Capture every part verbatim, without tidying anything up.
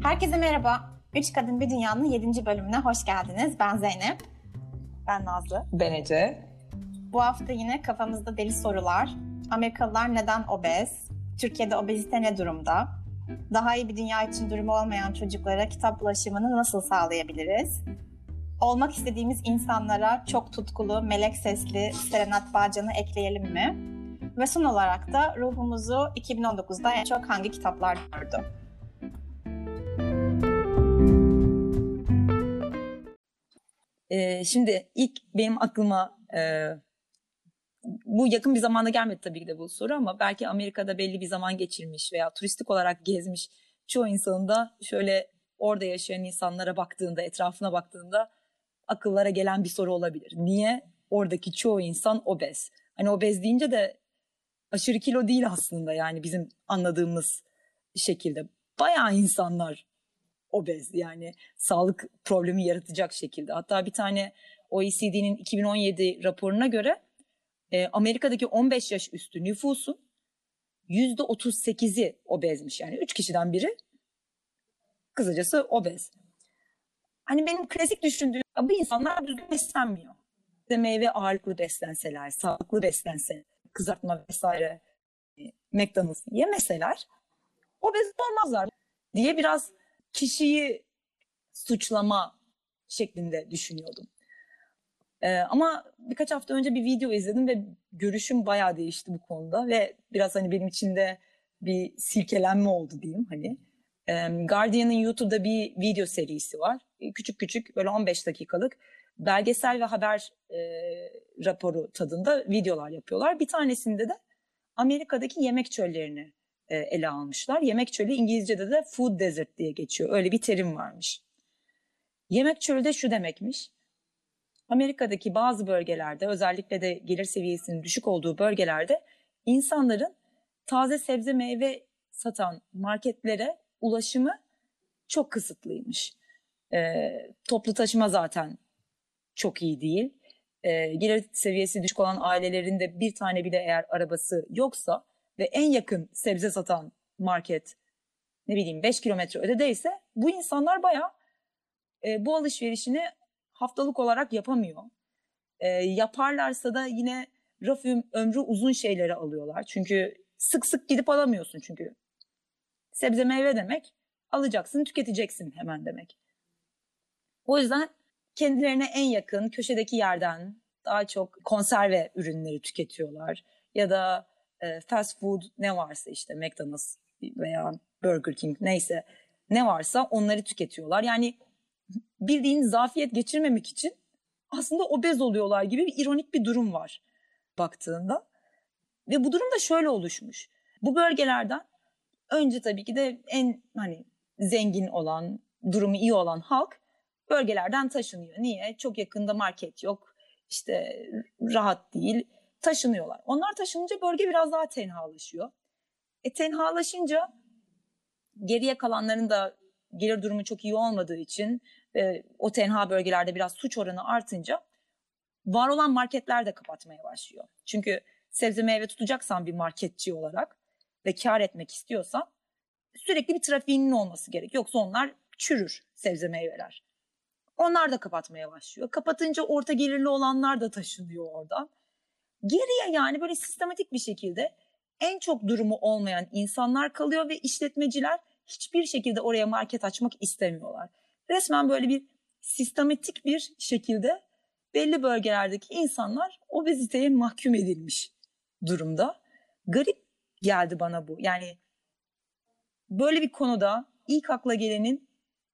Herkese merhaba. Üç Kadın Bir Dünya'nın yedinci bölümüne hoş geldiniz. Ben Zeynep. Ben Nazlı. Ben Ece. Bu hafta yine kafamızda deli sorular. Amerikalılar neden obez? Türkiye'de obezite ne durumda? Daha iyi bir dünya için durumu olmayan çocuklara kitap ulaşımını nasıl sağlayabiliriz? Olmak istediğimiz insanlara çok tutkulu, melek sesli Serenat Bağcan'ı ekleyelim mi? Ve son olarak da ruhumuzu iki bin on dokuzda en çok hangi kitaplar gördü? Ee, şimdi ilk benim aklıma e, bu yakın bir zamanda gelmedi tabii ki de bu soru ama belki Amerika'da belli bir zaman geçirmiş veya turistik olarak gezmiş çoğu insanın da şöyle orada yaşayan insanlara baktığında, etrafına baktığında akıllara gelen bir soru olabilir. Niye oradaki çoğu insan obez? Hani obez deyince de aşırı kilo değil aslında, yani bizim anladığımız şekilde. Bayağı insanlar obez, yani sağlık problemi yaratacak şekilde. Hatta bir tane O E C D'nin iki bin on yedi raporuna göre e, Amerika'daki on beş yaş üstü nüfusun yüzde otuz sekizi obezmiş. Yani üç kişiden biri kısacası obez. Hani benim klasik düşündüğüm, bu insanlar düzgün beslenmiyor. İşte meyve ağırlıklı beslenseler, sağlıklı beslenseler, kızartma vesaire, McDonald's yemeseler obez olmazlar diye biraz kişiyi suçlama şeklinde düşünüyordum. Ee, ama birkaç hafta önce bir video izledim ve görüşüm bayağı değişti bu konuda ve biraz hani benim için de bir silkelenme oldu diyeyim hani. Ee, Guardian'ın YouTube'da bir video serisi var. Küçük küçük böyle on beş dakikalık belgesel ve haber e, raporu tadında videolar yapıyorlar. Bir tanesinde de Amerika'daki yemek çöllerini e, ele almışlar. Yemek çölü İngilizce'de de food desert diye geçiyor. Öyle bir terim varmış. Yemek çölü de şu demekmiş: Amerika'daki bazı bölgelerde, özellikle de gelir seviyesinin düşük olduğu bölgelerde insanların taze sebze meyve satan marketlere ulaşımı çok kısıtlıymış. E, toplu taşıma zaten çok iyi değil. E, gelir seviyesi düşük olan ailelerin de bir tane bile eğer arabası yoksa ve en yakın sebze satan market ne bileyim beş kilometre ötedeyse bu insanlar bayağı e, bu alışverişini haftalık olarak yapamıyor. E, yaparlarsa da yine raf ömrü uzun şeyleri alıyorlar. Çünkü sık sık gidip alamıyorsun çünkü. Sebze meyve demek alacaksın, tüketeceksin hemen demek. O yüzden kendilerine en yakın köşedeki yerden daha çok konserve ürünleri tüketiyorlar. Ya da e, fast food ne varsa, işte McDonald's veya Burger King neyse ne varsa onları tüketiyorlar. Yani bildiğin zafiyet geçirmemek için aslında obez oluyorlar gibi bir ironik bir durum var baktığında. Ve bu durum da şöyle oluşmuş. Bu bölgelerden önce tabii ki de en hani zengin olan, durumu iyi olan halk bölgelerden taşınıyor. Niye? Çok yakında market yok, işte rahat değil, taşınıyorlar. Onlar taşınınca bölge biraz daha tenhalaşıyor. E tenhalaşınca geriye kalanların da gelir durumu çok iyi olmadığı için ve o tenha bölgelerde biraz suç oranı artınca var olan marketler de kapatmaya başlıyor. Çünkü sebze meyve tutacaksan bir marketçi olarak ve kar etmek istiyorsan sürekli bir trafiğinin olması gerek. Yoksa onlar çürür, sebze meyveler. Onlar da kapatmaya başlıyor. Kapatınca orta gelirli olanlar da taşınıyor oradan. Geriye yani böyle sistematik bir şekilde en çok durumu olmayan insanlar kalıyor ve işletmeciler hiçbir şekilde oraya market açmak istemiyorlar. Resmen böyle bir sistematik bir şekilde belli bölgelerdeki insanlar obeziteye mahkum edilmiş durumda. Garip geldi bana bu. Yani böyle bir konuda ilk akla gelenin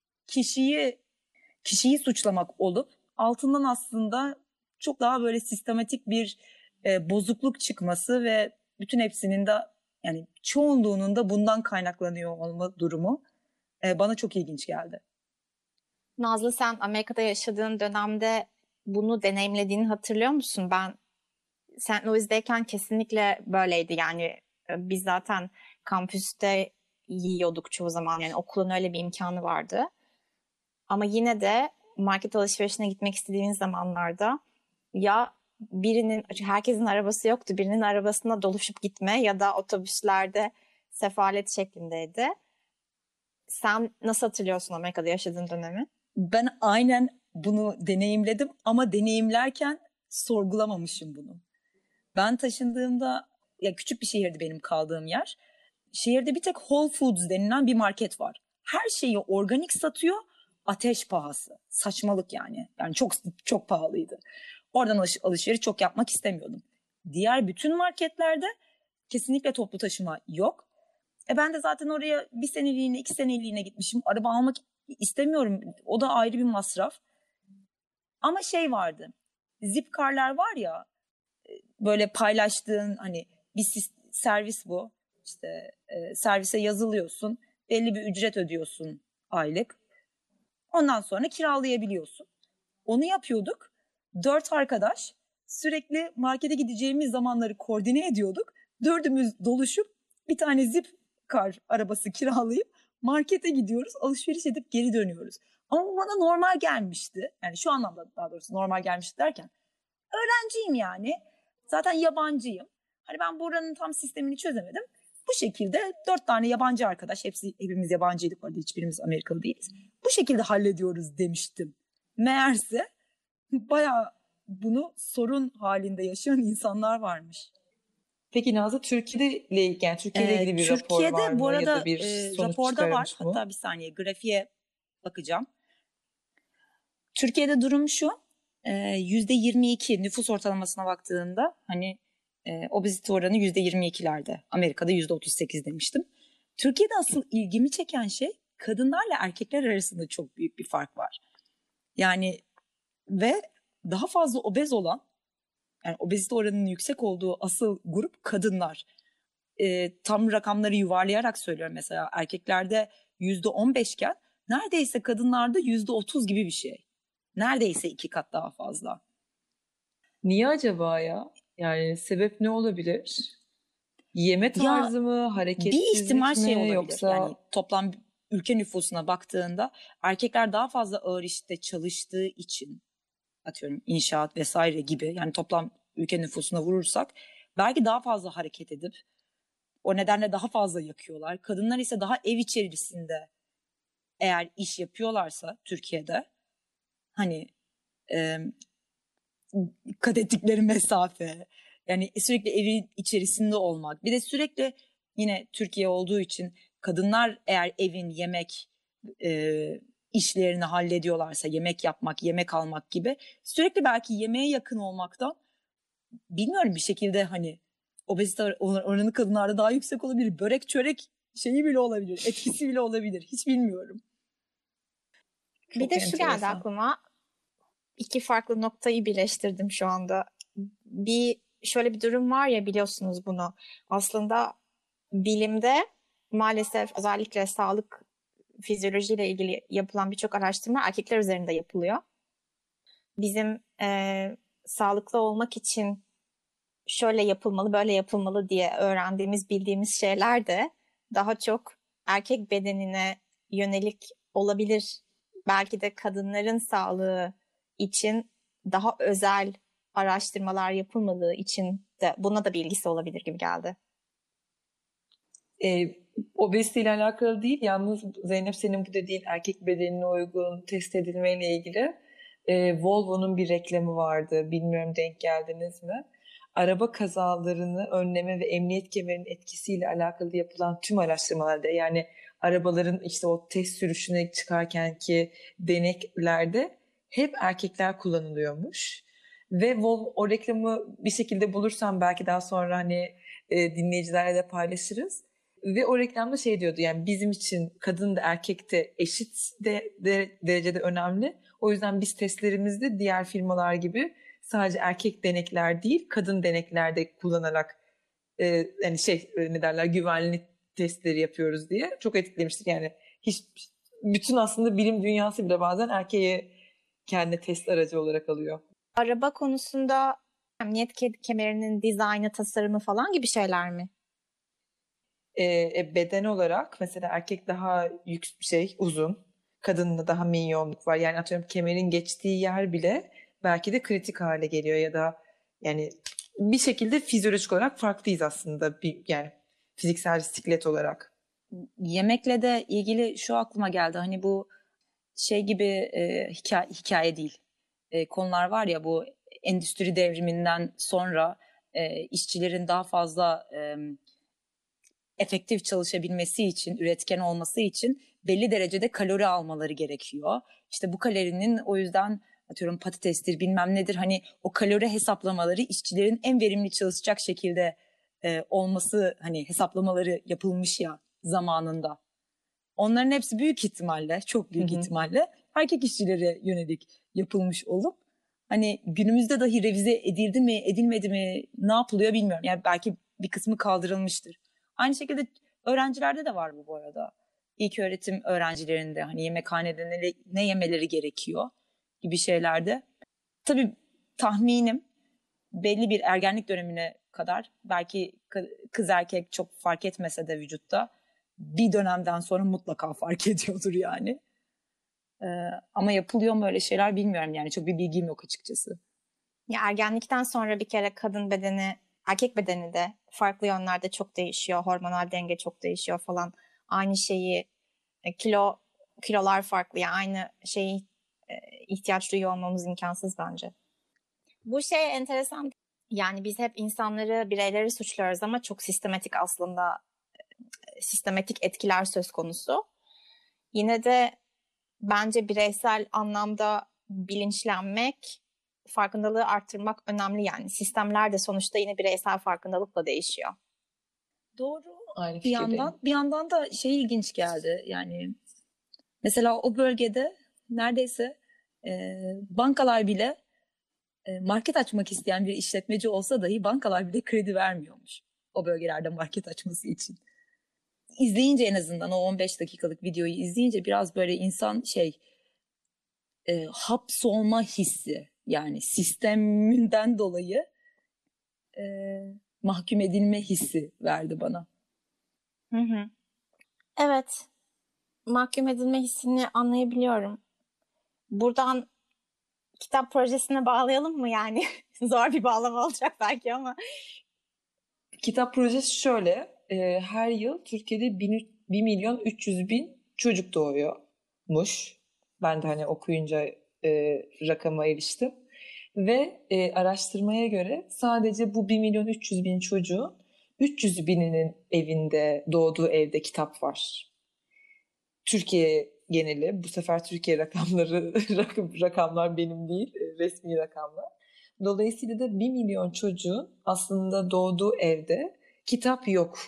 kişiyi kişiyi suçlamak olup altından aslında çok daha böyle sistematik bir e, bozukluk çıkması ve bütün hepsinin de yani çoğunluğunun da bundan kaynaklanıyor olma durumu e, bana çok ilginç geldi. Nazlı, sen Amerika'da yaşadığın dönemde bunu deneyimlediğini hatırlıyor musun? Ben Saint Louis'deyken kesinlikle böyleydi. Yani e, biz zaten kampüste yiyorduk çoğu zaman. Yani okulun öyle bir imkanı vardı. Ama yine de market alışverişine gitmek istediğimiz zamanlarda ya birinin, herkesin arabası yoktu, birinin arabasına doluşup gitme ya da otobüslerde sefalet şeklindeydi. Sen nasıl hatırlıyorsun Amerika'da yaşadığın dönemi? Ben aynen bunu deneyimledim ama deneyimlerken sorgulamamışım bunu. Ben taşındığımda, ya küçük bir şehirdi benim kaldığım yer. Şehirde bir tek Whole Foods denilen bir market var. Her şeyi organik satıyor, ateş pahası. Saçmalık yani. Yani çok çok pahalıydı. Oradan alış- alışveriş çok yapmak istemiyordum. Diğer bütün marketlerde kesinlikle toplu taşıma yok. E ben de zaten oraya bir seneliğine, iki seneliğine gitmişim. Araba almak istemiyorum. O da ayrı bir masraf. Ama şey vardı. Zipcar'lar var ya, böyle paylaştığın hani bir servis bu. İşte e, servise yazılıyorsun. Belli bir ücret ödüyorsun aylık. Ondan sonra kiralayabiliyorsun. Onu yapıyorduk. Dört arkadaş sürekli markete gideceğimiz zamanları koordine ediyorduk. Dördümüz doluşup bir tane Zipcar arabası kiralayıp markete gidiyoruz. Alışveriş edip geri dönüyoruz. Ama bu bana normal gelmişti. Yani şu anlamda daha doğrusu normal gelmişti derken. Öğrenciyim yani. Zaten yabancıyım. Hani ben buranın tam sistemini çözemedim. Bu şekilde dört tane yabancı arkadaş, hepsi hepimiz yabancıydık orada, hiçbirimiz Amerikalı değiliz. Bu şekilde hallediyoruz demiştim. Meğerse bayağı bunu sorun halinde yaşayan insanlar varmış. Peki Nazlı, Türkiye'de ile yani Türkiye ile Ee, ilgili bir rapor var Türkiye'de mı bu ya arada da bir e, sonuç raporda var. çıkarılmış mı? Hatta bir saniye grafiğe bakacağım. Türkiye'de durum şu. yüzde yirmi iki nüfus ortalamasına baktığında hani e, obezite oranı yüzde yirmi ikilerde. Amerika'da yüzde otuz sekiz demiştim. Türkiye'de asıl ilgimi çeken şey, kadınlarla erkekler arasında çok büyük bir fark var. Yani ve daha fazla obez olan, yani obezite oranının yüksek olduğu asıl grup kadınlar. E, tam rakamları yuvarlayarak söylüyorum, mesela erkeklerde yüzde on beş iken neredeyse kadınlarda yüzde otuz gibi bir şey. Neredeyse iki kat daha fazla. Niye acaba ya? Yani sebep ne olabilir? Yeme tarzı Ya, mı, bir hareketsizlik ihtimal mi, şey olabilir. yoksa Yani toplam ülke nüfusuna baktığında erkekler daha fazla ağır işte çalıştığı için, atıyorum inşaat vesaire gibi, yani toplam ülke nüfusuna vurursak belki daha fazla hareket edip o nedenle daha fazla yakıyorlar. Kadınlar ise daha ev içerisinde eğer iş yapıyorlarsa Türkiye'de hani e, kat ettikleri mesafe, yani sürekli evin içerisinde olmak, bir de sürekli yine Türkiye olduğu için kadınlar eğer evin yemek e, işlerini hallediyorlarsa, yemek yapmak, yemek almak gibi, sürekli belki yemeğe yakın olmaktan, bilmiyorum, bir şekilde hani obezite oranı kadınlarda daha yüksek olabilir. Börek çörek şeyi bile olabilir, etkisi bile olabilir. Hiç bilmiyorum. Bir çok de şu geldi enteresan. aklıma. İki farklı noktayı birleştirdim şu anda. Bir şöyle bir durum var ya, biliyorsunuz bunu. Aslında bilimde maalesef özellikle sağlık fizyolojiyle ilgili yapılan birçok araştırma erkekler üzerinde yapılıyor. Bizim e, sağlıklı olmak için şöyle yapılmalı, böyle yapılmalı diye öğrendiğimiz, bildiğimiz şeyler de daha çok erkek bedenine yönelik olabilir. Belki de kadınların sağlığı için daha özel araştırmalar yapılmadığı için de buna da bir ilgisi olabilir gibi geldi. E, obezite ile alakalı değil, yalnız Zeynep, senin bu dediğin erkek bedenine uygun test edilmeyle ilgili e, Volvo'nun bir reklamı vardı. Bilmiyorum, denk geldiniz mi? Araba kazalarını önleme ve emniyet kemerinin etkisiyle alakalı yapılan tüm araştırmalarda, yani arabaların işte o test sürüşüne çıkarken ki deneklerde hep erkekler kullanılıyormuş. Ve Volvo, o reklamı bir şekilde bulursam belki daha sonra hani e, dinleyicilerle de paylaşırız. Ve o reklamda şey diyordu, yani bizim için kadın da erkek de eşit de, de, derecede önemli. O yüzden biz testlerimizde diğer firmalar gibi sadece erkek denekler değil, kadın denekler de kullanarak e, yani şey e, ne derler, güvenlik testleri yapıyoruz diye. Çok etkilemiştik yani. Hiç, bütün aslında bilim dünyası bile bazen erkeği kendi test aracı olarak alıyor. Araba konusunda emniyet kemerinin dizaynı, tasarımı falan gibi şeyler mi? E, beden olarak mesela erkek daha yüksek şey uzun, kadında daha minyonluk var. Yani atıyorum kemerin geçtiği yer bile belki de kritik hale geliyor ya da yani bir şekilde fizyolojik olarak farklıyız aslında, bir, yani fiziksel siklet olarak. Yemekle de ilgili şu aklıma geldi. Hani bu şey gibi e, hikaye, hikaye değil. E, konular var ya, bu endüstri devriminden sonra e, işçilerin daha fazla e, efektif çalışabilmesi için, üretken olması için belli derecede kalori almaları gerekiyor. İşte bu kalorinin, o yüzden atıyorum patatestir bilmem nedir, hani o kalori hesaplamaları işçilerin en verimli çalışacak şekilde e, olması, hani hesaplamaları yapılmış ya zamanında. Onların hepsi büyük ihtimalle, çok büyük Hı hı. ihtimalle erkek işçilere yönelik yapılmış olup hani günümüzde dahi revize edildi mi, edilmedi mi, ne yapılıyor bilmiyorum. Yani belki bir kısmı kaldırılmıştır. Aynı şekilde öğrencilerde de var bu bu arada. İlköğretim öğrencilerinde hani yemekhanede ne, ne yemeleri gerekiyor gibi şeylerde. Tabii tahminim belli bir ergenlik dönemine kadar, belki kız erkek çok fark etmese de vücutta, bir dönemden sonra mutlaka fark ediyordur yani. Ee, ama yapılıyor mu öyle şeyler bilmiyorum yani, çok bir bilgim yok açıkçası. Ya ergenlikten sonra bir kere kadın bedeni, erkek bedeni de farklı yönlerde çok değişiyor. Hormonal denge çok değişiyor falan. Aynı şeyi e, kilo kilolar farklı. Yani aynı şeyi e, ihtiyaç duyuyor olmamız imkansız bence. Bu şey enteresan. Yani biz hep insanları, bireyleri suçluyoruz ama çok sistematik aslında, e, sistematik etkiler söz konusu. Yine de bence bireysel anlamda bilinçlenmek, farkındalığı arttırmak önemli yani. Sistemler de sonuçta yine bireysel farkındalıkla değişiyor. Doğru. Aynı Bir fikirdeyim. yandan bir yandan da şey ilginç geldi. Yani mesela o bölgede neredeyse e, bankalar bile, e, market açmak isteyen bir işletmeci olsa dahi bankalar bile kredi vermiyormuş o bölgelerde market açması için. İzleyince, en azından o on beş dakikalık videoyu izleyince biraz böyle insan şey, e, hapsolma hissi, yani sisteminden dolayı e, mahkum edilme hissi verdi bana. Hı hı. Evet, mahkum edilme hissini anlayabiliyorum. Buradan kitap projesine bağlayalım mı yani? Zor bir bağlama olacak belki ama. Kitap projesi şöyle. e, her yıl Türkiye'de bir milyon üç yüz bin çocuk doğuyormuş. Ben de hani okuyunca e, rakama eriştim. Ve e, araştırmaya göre sadece bu bir milyon üç yüz bin çocuğun üç yüz bininin evinde, doğduğu evde kitap var. Türkiye geneli, bu sefer Türkiye rakamları, rakamlar benim değil, e, resmi rakamlar. Dolayısıyla da bir milyon çocuğun aslında doğduğu evde kitap yok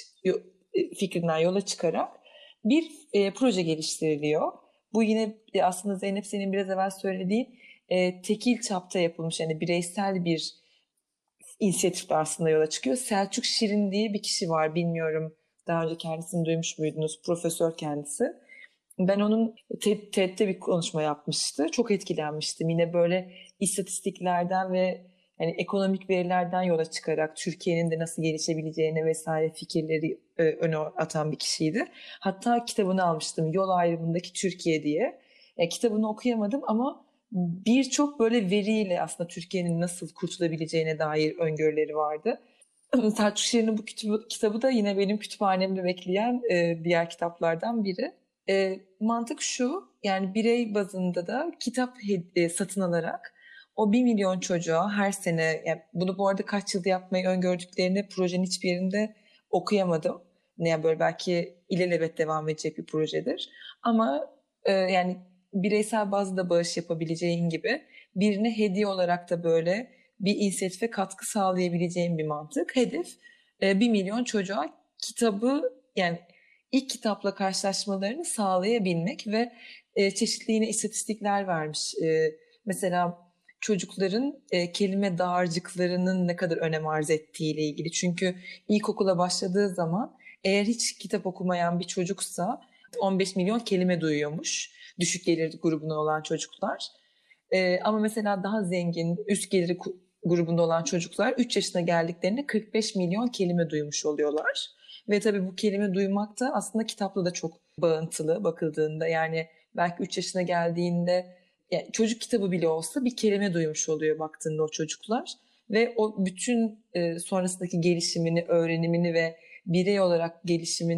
e, fikrinden yola çıkarak bir e, proje geliştiriliyor. Bu yine e, aslında Zeynep senin biraz evvel söylediğin e, tekil çapta yapılmış, yani bireysel bir inisiyatifle aslında yola çıkıyor. Selçuk Şirin diye bir kişi var, bilmiyorum daha önce kendisini duymuş muydunuz? Profesör kendisi. Ben onun T E D'de bir konuşma yapmıştı. Çok etkilenmiştim. Yine böyle istatistiklerden ve yani ekonomik verilerden yola çıkarak Türkiye'nin de nasıl gelişebileceğine vesaire fikirleri e, öne atan bir kişiydi. Hatta kitabını almıştım, Yol Ayrımındaki Türkiye diye. E, kitabını okuyamadım ama birçok böyle veriyle aslında Türkiye'nin nasıl kurtulabileceğine dair öngörüleri vardı. Selçuk Şirin'in bu kitabı, kitabı da yine benim kütüphanemde bekleyen e, diğer kitaplardan biri. E, mantık şu, yani birey bazında da kitap e, satın alarak o bir milyon çocuğa her sene, yani bunu bu arada kaç yılda yapmayı öngördüklerini projenin hiçbir yerinde okuyamadım. Ne yani, böyle belki ilelebet devam edecek bir projedir. Ama e, yani bireysel bazda bağış yapabileceğin gibi birine hediye olarak da böyle bir inisiyatife katkı sağlayabileceğin bir mantık. Hedef e, bir milyon çocuğa kitabı, yani ilk kitapla karşılaşmalarını sağlayabilmek ve e, çeşitli yine istatistikler vermiş. E, mesela çocukların e, kelime dağarcıklarının ne kadar önem arz ettiğiyle ilgili. Çünkü ilkokula başladığı zaman eğer hiç kitap okumayan bir çocuksa on beş milyon kelime duyuyormuş düşük gelir grubuna olan çocuklar. E, ama mesela daha zengin, üst gelir grubunda olan çocuklar üç yaşına geldiklerinde kırk beş milyon kelime duymuş oluyorlar. Ve tabii bu kelime duymak da aslında kitapla da çok bağıntılı bakıldığında. Yani belki üç yaşına geldiğinde, yani çocuk kitabı bile olsa bir kelime duymuş oluyor baktığında o çocuklar. Ve o bütün e, sonrasındaki gelişimini, öğrenimini ve birey olarak gelişimini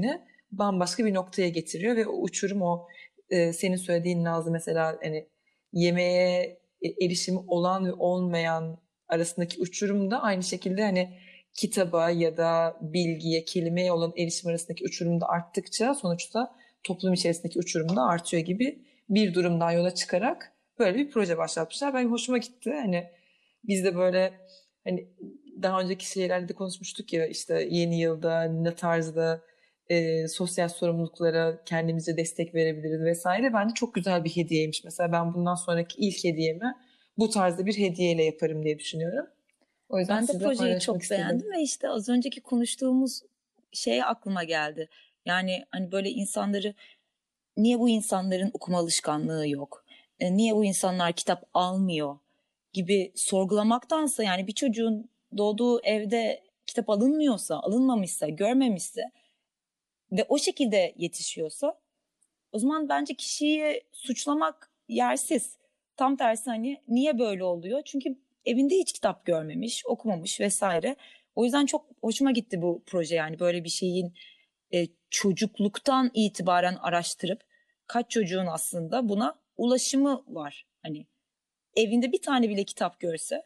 bambaşka bir noktaya getiriyor ve o uçurum o e, senin söylediğin Nazlı mesela hani yemeğe e, erişimi olan ve olmayan arasındaki uçurum da aynı şekilde hani kitaba ya da bilgiye, kelimeye olan erişim arasındaki uçurum da arttıkça sonuçta toplum içerisindeki uçurum da artıyor gibi bir durumdan yola çıkarak böyle bir proje başlatmışlar. Ben hoşuma gitti. Hani biz de böyle hani daha önceki şeylerde de konuşmuştuk ya işte yeni yılda ne tarzda e, sosyal sorumluluklara kendimize destek verebiliriz vesaire. Bence çok güzel bir hediyeymiş. Mesela ben bundan sonraki ilk hediyemi bu tarzda bir hediyeyle yaparım diye düşünüyorum. O yüzden Ben de sizle projeyi paylaşmak çok istedim. beğendim ve işte az önceki konuştuğumuz şey aklıma geldi. Yani hani böyle insanları, niye bu insanların okuma alışkanlığı yok? E, niye bu insanlar kitap almıyor gibi sorgulamaktansa, yani bir çocuğun doğduğu evde kitap alınmıyorsa, alınmamışsa, görmemişse ve o şekilde yetişiyorsa, o zaman bence kişiyi suçlamak yersiz. Tam tersi, hani niye böyle oluyor? Çünkü evinde hiç kitap görmemiş, okumamış vesaire. O yüzden çok hoşuma gitti bu proje, yani böyle bir şeyin e, çocukluktan itibaren araştırıp kaç çocuğun aslında buna ulaşımı var. Hani evinde bir tane bile kitap görse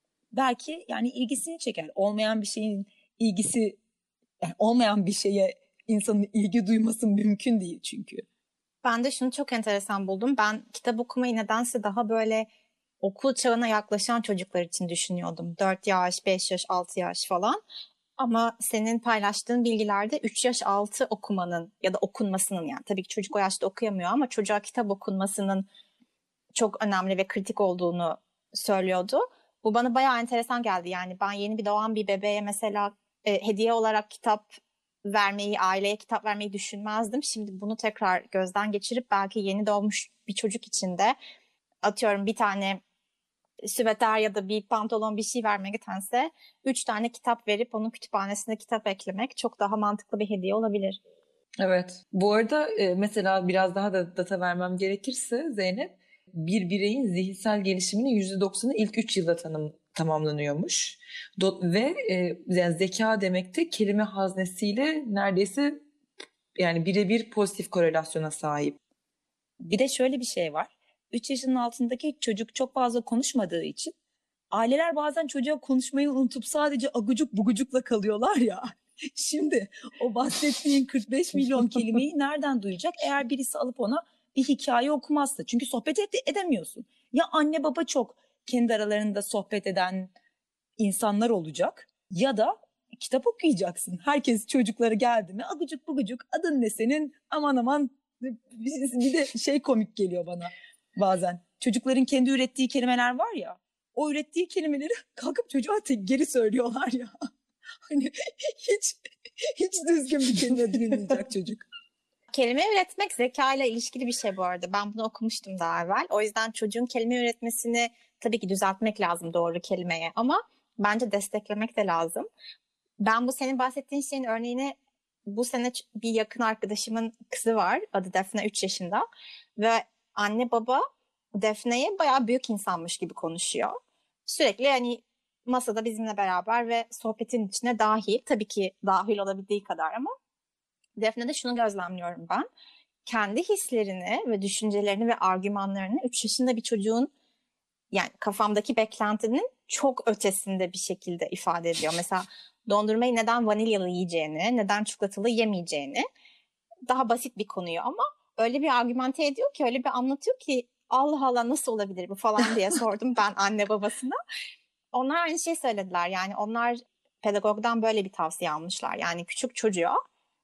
belki yani ilgisini çeker. Olmayan bir şeyin ilgisi, yani olmayan bir şeye insanın ilgi duyması mümkün değil çünkü. Ben de şunu çok enteresan buldum. Ben kitap okumayı nedense daha böyle okul çağına yaklaşan çocuklar için düşünüyordum. dört yaş, beş yaş, altı yaş falan. Ama senin paylaştığın bilgilerde üç yaş altı okumanın ya da okunmasının, yani tabii ki çocuk o yaşta okuyamıyor ama çocuğa kitap okunmasının çok önemli ve kritik olduğunu söylüyordu. Bu bana bayağı enteresan geldi. Yani ben yeni bir doğan bir bebeğe mesela e, hediye olarak kitap vermeyi, aileye kitap vermeyi düşünmezdim. Şimdi bunu tekrar gözden geçirip belki yeni doğmuş bir çocuk için de atıyorum bir tane süveter ya da bir pantolon bir şey vermektense üç tane kitap verip onun kütüphanesine kitap eklemek çok daha mantıklı bir hediye olabilir. Evet. Bu arada e, mesela biraz daha da data vermem gerekirse Zeynep, bir bireyin zihinsel gelişiminin yüzde doksanı ilk üç yılda tanım, tamamlanıyormuş. Do- ve e, yani zeka demek de kelime haznesiyle neredeyse yani birebir pozitif korelasyona sahip. Bir de şöyle bir şey var. üç yaşının altındaki çocuk çok fazla konuşmadığı için aileler bazen çocuğa konuşmayı unutup sadece agucuk bugucukla kalıyorlar ya. Şimdi o bahsettiğin kırk beş milyon kelimeyi nereden duyacak eğer birisi alıp ona bir hikaye okumazsa? Çünkü sohbet ed- edemiyorsun. Ya anne baba çok kendi aralarında sohbet eden insanlar olacak ya da kitap okuyacaksın. Herkes çocukları geldi mi agucuk bugucuk, adın ne senin, aman aman. Bir de şey komik geliyor bana bazen. Çocukların kendi ürettiği kelimeler var ya, o ürettiği kelimeleri kalkıp çocuğa tek geri söylüyorlar ya. Hani hiç hiç düzgün bir kelime duymayacak çocuk. Kelime üretmek zeka ile ilişkili bir şey bu arada. Ben bunu okumuştum daha evvel. O yüzden çocuğun kelime üretmesini tabii ki düzeltmek lazım doğru kelimeye ama bence desteklemek de lazım. Ben bu senin bahsettiğin şeyin örneğini bu sene bir yakın arkadaşımın kızı var. Adı Defne, üç yaşında. Ve anne baba Defne'ye bayağı büyük insanmış gibi konuşuyor. Sürekli hani masada bizimle beraber ve sohbetin içine dahil. Tabii ki dahil olabildiği kadar ama Defne'de şunu gözlemliyorum ben. Kendi hislerini ve düşüncelerini ve argümanlarını üç yaşında bir çocuğun, yani kafamdaki beklentinin çok ötesinde bir şekilde ifade ediyor. Mesela dondurmayı neden vanilyalı yiyeceğini, neden çikolatalı yemeyeceğini, daha basit bir konuyu ama öyle bir argümante ediyor ki, öyle bir anlatıyor ki Allah Allah nasıl olabilir bu falan diye sordum ben anne babasına. Onlar aynı şeyi söylediler. Yani onlar pedagogdan böyle bir tavsiye almışlar. Yani küçük çocuğa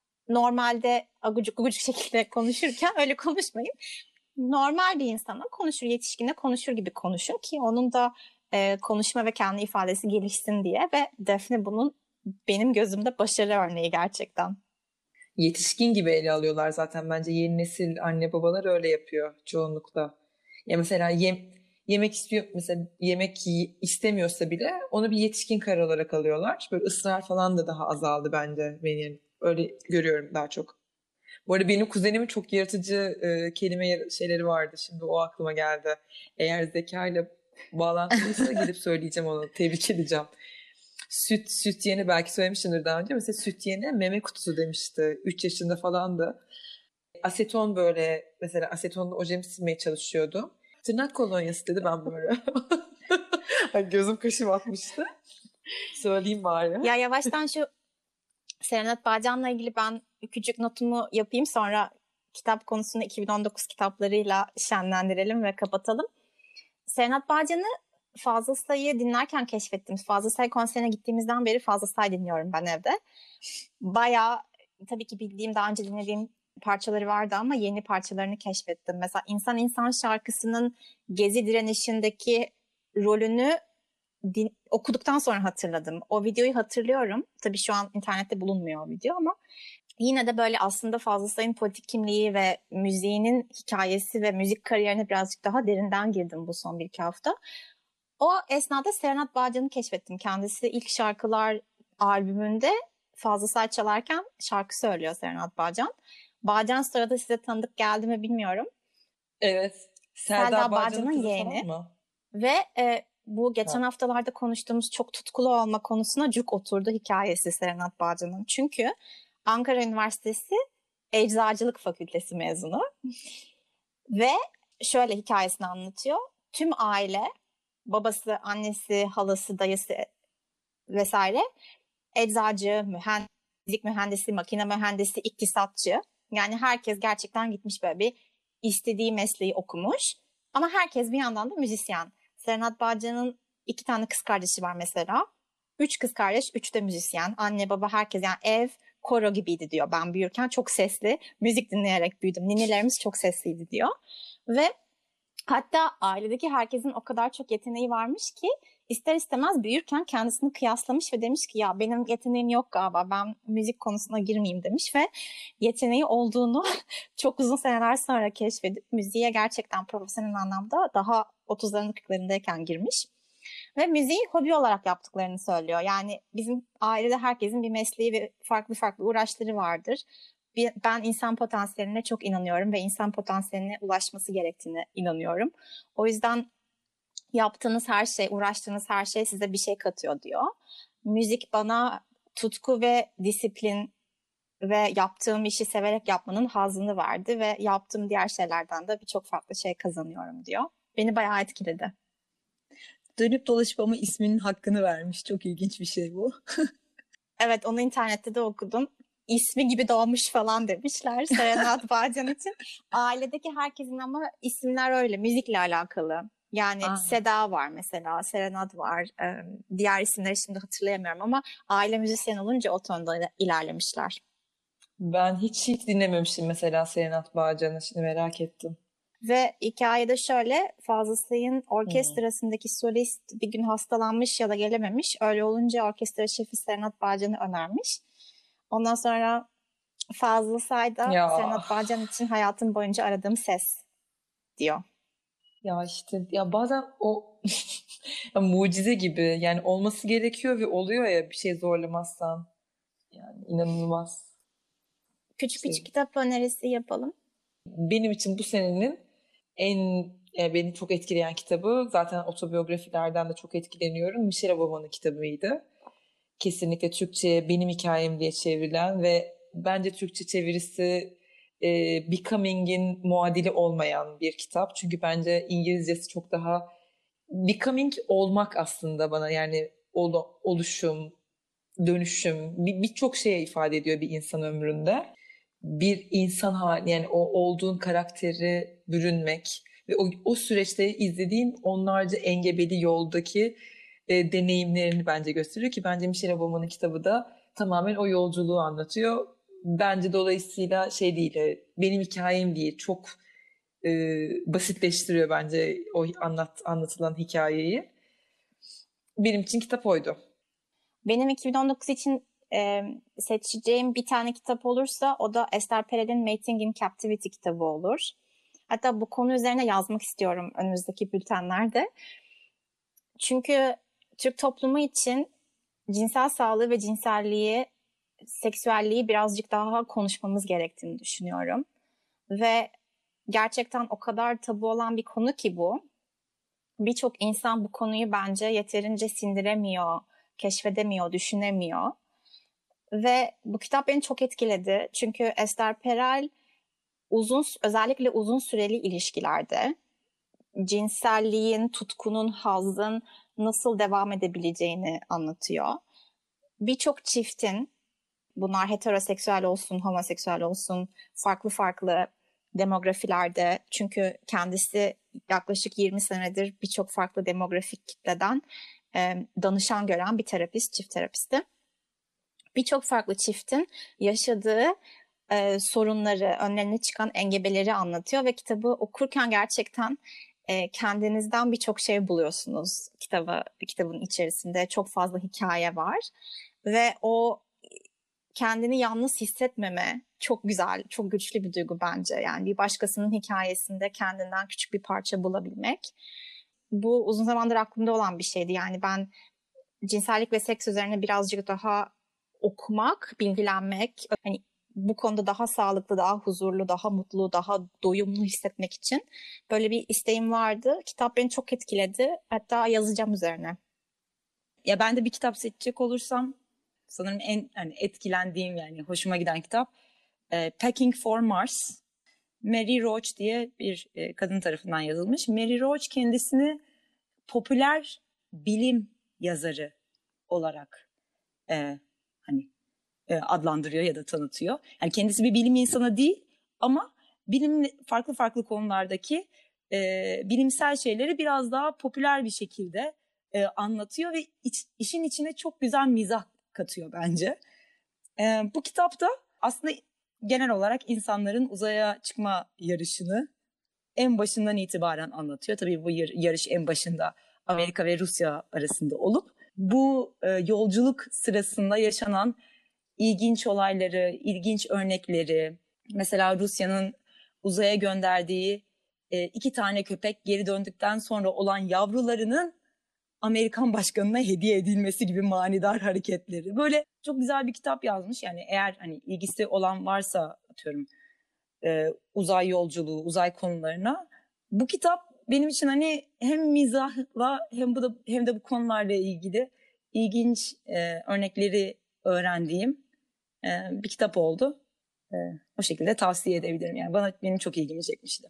normalde agucuk agucuk şekilde konuşurken öyle konuşmayın. Normal bir insana konuşur, yetişkine konuşur gibi konuşun ki onun da e, konuşma ve kendi ifadesi gelişsin diye. Ve Defne bunun benim gözümde başarı örneği gerçekten. Yetişkin gibi ele alıyorlar zaten bence yeni nesil anne babalar öyle yapıyor çoğunlukla. Ya mesela yem, yemek istiyor mesela yemek y- istemiyorsa bile onu bir yetişkin karar olarak alıyorlar. Böyle ısrar falan da daha azaldı bence benim. Öyle görüyorum daha çok. Bu arada benim kuzenimin çok yaratıcı e, kelime yar- şeyleri vardı. Şimdi o aklıma geldi. Eğer zekayla bağlantılıysa gidip söyleyeceğim onu. Tebrik edeceğim. Süt, süt yeni belki söylemişimdir daha önce. Mesela süt yeni meme kutusu demişti. üç yaşında falandı. Aseton böyle mesela asetonla ojemi silmeye çalışıyordu. Tırnak kolonyası dedi ben böyle. Gözüm kaşım atmıştı. Söyleyeyim bari. Ya yavaştan şu Serenat Bağcan'la ilgili ben küçük notumu yapayım, sonra kitap konusunu iki bin on dokuz kitaplarıyla şenlendirelim ve kapatalım. Serenat Bağcan'ı Fazıl Say'ı dinlerken keşfettim. Fazıl Say konserine gittiğimizden beri Fazıl Say dinliyorum ben evde. Bayağı tabii ki bildiğim, daha önce dinlediğim parçaları vardı ama yeni parçalarını keşfettim. Mesela İnsan İnsan şarkısının Gezi direnişindeki rolünü din, okuduktan sonra hatırladım. O videoyu hatırlıyorum. Tabii şu an internette bulunmuyor o video ama yine de böyle aslında Fazıl Say'ın politik kimliği ve müziğinin hikayesi ve müzik kariyerine birazcık daha derinden girdim bu son bir iki hafta. O esnada Serenat Bağcan'ı keşfettim. Kendisi ilk şarkılar albümünde Fazıl Say çalarken şarkı söylüyor Serenat Bağcan. Bağcan sırada size tanıdık geldi mi bilmiyorum. Evet. Serdar, Serdar Bağcan'ın Bağcan'ın kızı yeğeni. falan mı? Ve e, bu geçen Ha. haftalarda konuştuğumuz çok tutkulu olma konusuna cuk oturdu hikayesi Serenat Bağcan'ın. Çünkü Ankara Üniversitesi Eczacılık Fakültesi mezunu. Ve şöyle hikayesini anlatıyor. Tüm aile, babası, annesi, halası, dayısı vesaire eczacı, mühendis, fizik mühendisi, makine mühendisi, iktisatçı. Yani herkes gerçekten gitmiş böyle bir istediği mesleği okumuş. Ama herkes bir yandan da müzisyen. Serenat Bağcan'ın iki tane kız kardeşi var mesela. Üç kız kardeş, üç de müzisyen. Anne baba herkes, yani ev koro gibiydi diyor. Ben büyürken çok sesli müzik dinleyerek büyüdüm. Ninelerimiz çok sesliydi diyor. Ve hatta ailedeki herkesin o kadar çok yeteneği varmış ki ister istemez büyürken kendisini kıyaslamış ve demiş ki ya benim yeteneğim yok galiba, ben müzik konusuna girmeyeyim demiş ve yeteneği olduğunu çok uzun seneler sonra keşfedip müziğe gerçekten profesyonel anlamda daha otuzlarının kırklarındayken girmiş. Ve müziği hobi olarak yaptıklarını söylüyor. Yani bizim ailede herkesin bir mesleği ve farklı farklı uğraşları vardır. Ben insan potansiyeline çok inanıyorum ve insan potansiyeline ulaşması gerektiğine inanıyorum. O yüzden yaptığınız her şey, uğraştığınız her şey size bir şey katıyor diyor. Müzik bana tutku ve disiplin ve yaptığım işi severek yapmanın hazzını verdi ve yaptığım diğer şeylerden de birçok farklı şey kazanıyorum diyor. Beni bayağı etkiledi. Dönüp dolaşıp ama isminin hakkını vermiş. Çok ilginç bir şey bu. Evet, onu internette de okudum. İsmi gibi doğmuş falan demişler Serenat Bağcan için. Ailedeki herkesin ama isimler öyle, müzikle alakalı. Yani Aa. Seda var mesela, Serenat var. Ee, diğer isimleri şimdi hatırlayamıyorum ama aile müzisyen olunca o tonda ilerlemişler. Ben hiç hiç dinlememiştim mesela Serenat Bağcan'ı. Şimdi merak ettim. Ve hikayede şöyle, Fazıl Say'ın orkestrasındaki solist bir gün hastalanmış ya da gelememiş. Öyle olunca orkestra şefi Serenat Bağcan'ı önermiş. Ondan sonra Fazıl Say da Ya. Serenat Bağcan için hayatım boyunca aradığım ses diyor. Ya işte ya bazen o ya mucize gibi yani olması gerekiyor ve oluyor ya bir şey zorlamazsan. Yani inanılmaz. Küçük bir İşte kitap önerisi yapalım. benim için bu senenin en e, beni çok etkileyen kitabı, zaten otobiyografilerden de çok etkileniyorum, Michelle Obama'nın kitabıydı. Kesinlikle Türkçe'ye Benim Hikayem diye çevrilen ve bence Türkçe çevirisi e, Becoming'in muadili olmayan bir kitap. Çünkü bence İngilizcesi çok daha becoming olmak aslında bana, yani ol, oluşum, dönüşüm, bir- birçok şeye ifade ediyor bir insan ömründe. Bir insan hali, yani o olduğun karakteri bürünmek ve o, o süreçte izlediğin onlarca engebeli yoldaki e, deneyimlerini bence gösteriyor ki bence Michelle Obama'nın kitabı da tamamen o yolculuğu anlatıyor. Bence dolayısıyla şey değil, e, benim hikayem değil, çok e, basitleştiriyor bence o anlat anlatılan hikayeyi. Benim için kitap oydu. Benim iki bin on dokuz için e, seçeceğim bir tane kitap olursa o da Esther Perel'in Mating in Captivity kitabı olur. Hatta bu konu üzerine yazmak istiyorum önümüzdeki bültenlerde. Çünkü Türk toplumu için cinsel sağlığı ve cinselliği, seksüelliği birazcık daha konuşmamız gerektiğini düşünüyorum. Ve gerçekten o kadar tabu olan bir konu ki bu. Birçok insan bu konuyu bence yeterince sindiremiyor. keşfedemiyor, düşünemiyor. Ve bu kitap beni çok etkiledi. Çünkü Esther Perel uzun, özellikle uzun süreli ilişkilerde cinselliğin, tutkunun, hazzın nasıl devam edebileceğini anlatıyor. Birçok çiftin, bunlar heteroseksüel olsun, homoseksüel olsun, farklı farklı demografilerde, çünkü kendisi yaklaşık yirmi senedir birçok farklı demografik kitleden e, danışan gören bir terapist, çift terapisti. Birçok farklı çiftin yaşadığı e, sorunları, önlerine çıkan engebeleri anlatıyor ve kitabı okurken gerçekten e, kendinizden birçok şey buluyorsunuz kitabı, kitabın içerisinde. Çok fazla hikaye var ve o kendini yalnız hissetmeme çok güzel, çok güçlü bir duygu bence. Yani bir başkasının hikayesinde kendinden küçük bir parça bulabilmek. Bu uzun zamandır aklımda olan bir şeydi. Yani ben cinsellik ve seks üzerine birazcık daha okumak, bilgilenmek, hani bu konuda daha sağlıklı, daha huzurlu, daha mutlu, daha doyumlu hissetmek için böyle bir isteğim vardı. Kitap beni çok etkiledi. Hatta yazacağım üzerine. Ya ben de bir kitap seçecek olursam sanırım en hani etkilendiğim, yani hoşuma giden kitap e, Packing for Mars. Mary Roach diye bir e, kadın tarafından yazılmış. Mary Roach kendisini popüler bilim yazarı olarak e, hani e, adlandırıyor ya da tanıtıyor. Yani kendisi bir bilim insanı değil ama bilim farklı farklı konulardaki e, bilimsel şeyleri biraz daha popüler bir şekilde e, anlatıyor ve iç, işin içine çok güzel mizah katıyor bence. E, bu kitapta aslında genel olarak insanların uzaya çıkma yarışını en başından itibaren anlatıyor. Tabii bu yarış en başında Amerika ve Rusya arasında olup bu e, yolculuk sırasında yaşanan ilginç olayları, ilginç örnekleri, mesela Rusya'nın uzaya gönderdiği e, iki tane köpek geri döndükten sonra olan yavrularının Amerikan başkanına hediye edilmesi gibi manidar hareketleri. Böyle çok güzel bir kitap yazmış. Yani eğer hani ilgisi olan varsa atıyorum e, uzay yolculuğu, uzay konularına, bu kitap benim için hani hem mizahla hem bu da hem de bu konularla ilgili ilginç e, örnekleri öğrendiğim e, bir kitap oldu. E, o şekilde tavsiye edebilirim. Yani bana benim çok ilgimi çekmişti.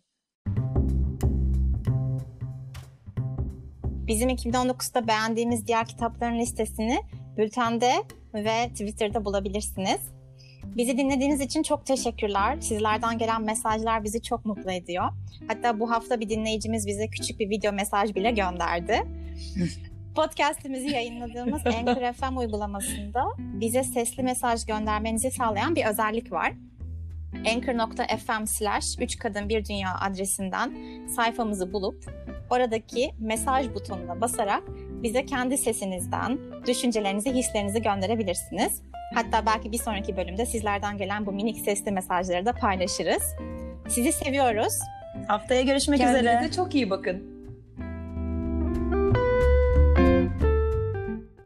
Bizim iki bin on dokuzda beğendiğimiz diğer kitapların listesini bültende ve Twitter'da bulabilirsiniz. Bizi dinlediğiniz için çok teşekkürler. Sizlerden gelen mesajlar bizi çok mutlu ediyor. Hatta bu hafta bir dinleyicimiz bize küçük bir video mesaj bile gönderdi. Podcast'imizi yayınladığımız Anchor F M uygulamasında bize sesli mesaj göndermenizi sağlayan bir özellik var. anchor nokta f m slash üç kadın bir dünya adresinden sayfamızı bulup oradaki mesaj butonuna basarak bize kendi sesinizden düşüncelerinizi, hislerinizi gönderebilirsiniz. Hatta belki bir sonraki bölümde sizlerden gelen bu minik sesli mesajları da paylaşırız. Sizi seviyoruz. Haftaya görüşmek Kendinize üzere. Kendinize çok iyi bakın.